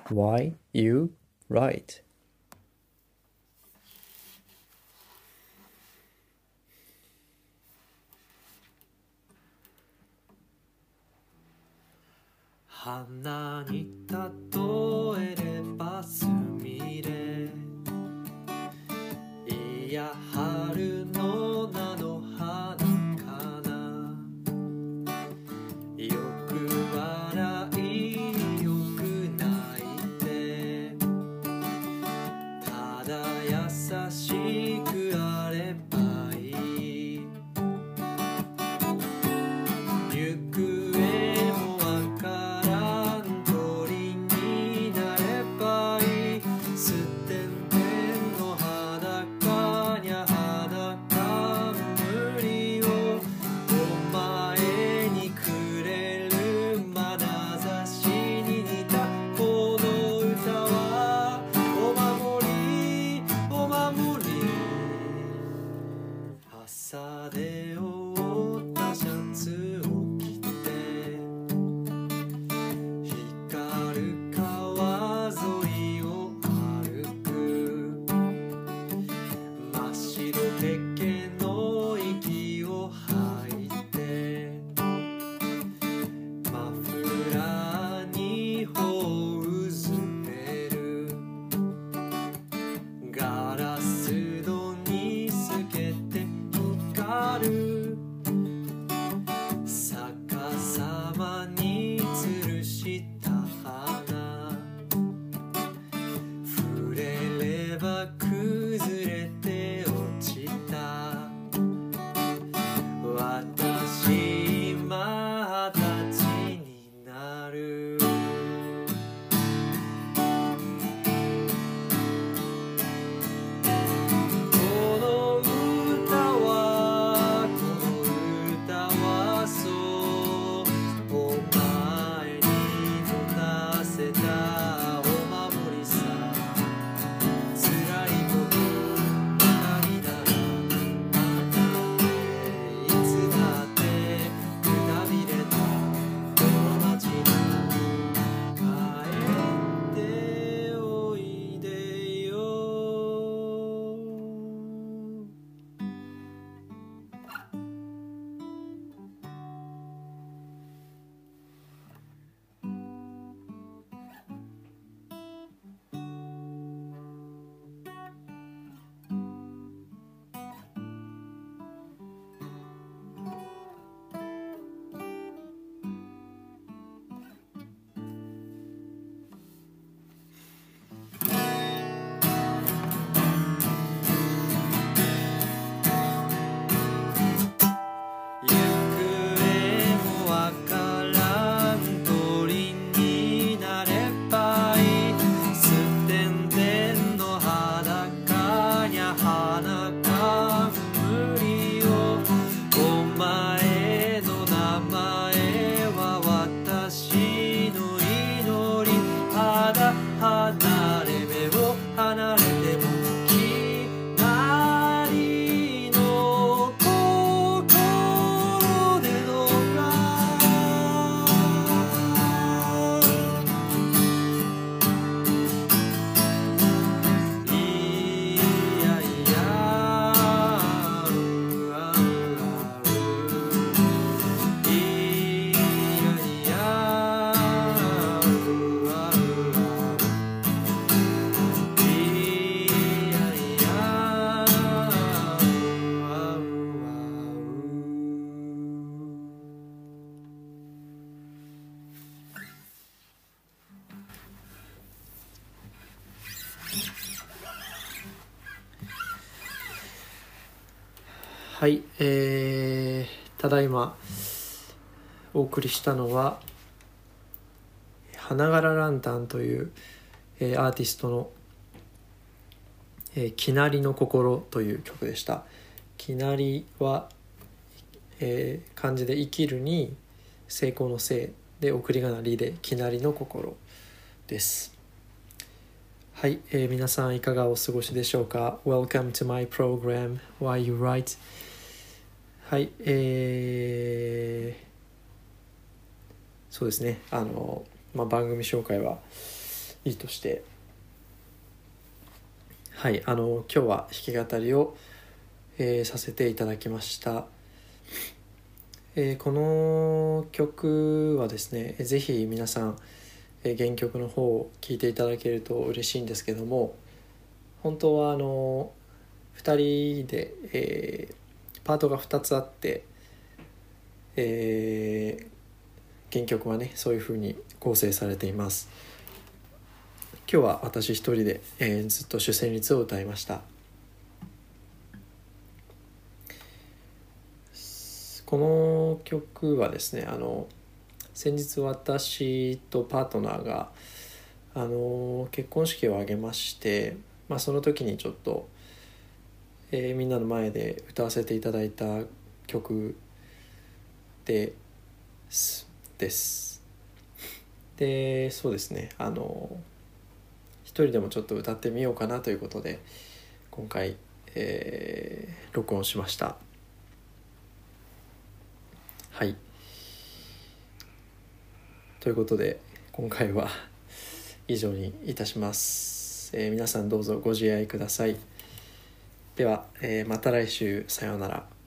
Why you write? 花に例えればすみれ、いや春の菜の花かな。よく笑いよく泣いて、ただ優しくあればいい。行方もわからん鳥になればいい。すってんてんの裸にゃ裸無理をお前にくれる眼差しに似たこの歌はお守りお守り。朝で覆ったシャツを着て、光る川沿いを歩く。真っ白けけの息を吐いて、マフラーに頬をうずめる。ガラス戸に透けて光る。逆さまに吊るした花、触れれば崩れて落ちた。私今二十歳になる。この歌はそうお前に飲ませたお守りさ。辛いことばかりならいつだってくたびれたこの街に帰っておいでよ。行方もわからん鳥になればいい。すってんてんの裸にゃ花か無理をお前の名前は私の祈り。ただ離れ目を離れてもきなりの心でどうか。いやいやうわうわういやいやうわうわいやいやうわうわはい、ただいまお送りしたのは花柄ランタンという、アーティストのきなりの心という曲でした。きなりは、漢字で生きるに成功の成で送り仮名りできなりの心です。はい、皆さんいかがお過ごしでしょうか。 Welcome to my program Why You Write。 はい、そうですね番組紹介はいいとして、はい、今日は弾き語りを、させていただきました。この曲はですね、ぜひ皆さん、原曲の方を聴いていただけると嬉しいんですけども、本当は2人で、パートが2つあって、原曲はねそういう風に構成されています。今日は私一人で、ずっと主旋律を歌いました。この曲はですね、先日私とパートナーが、結婚式を挙げまして、その時にちょっと、みんなの前で歌わせていただいた曲です。で、そうですね、一人でもちょっと歌ってみようかなということで今回、録音しました。はい、ということで今回は以上にいたします。皆さんどうぞご自愛ください。では、また来週、さようなら。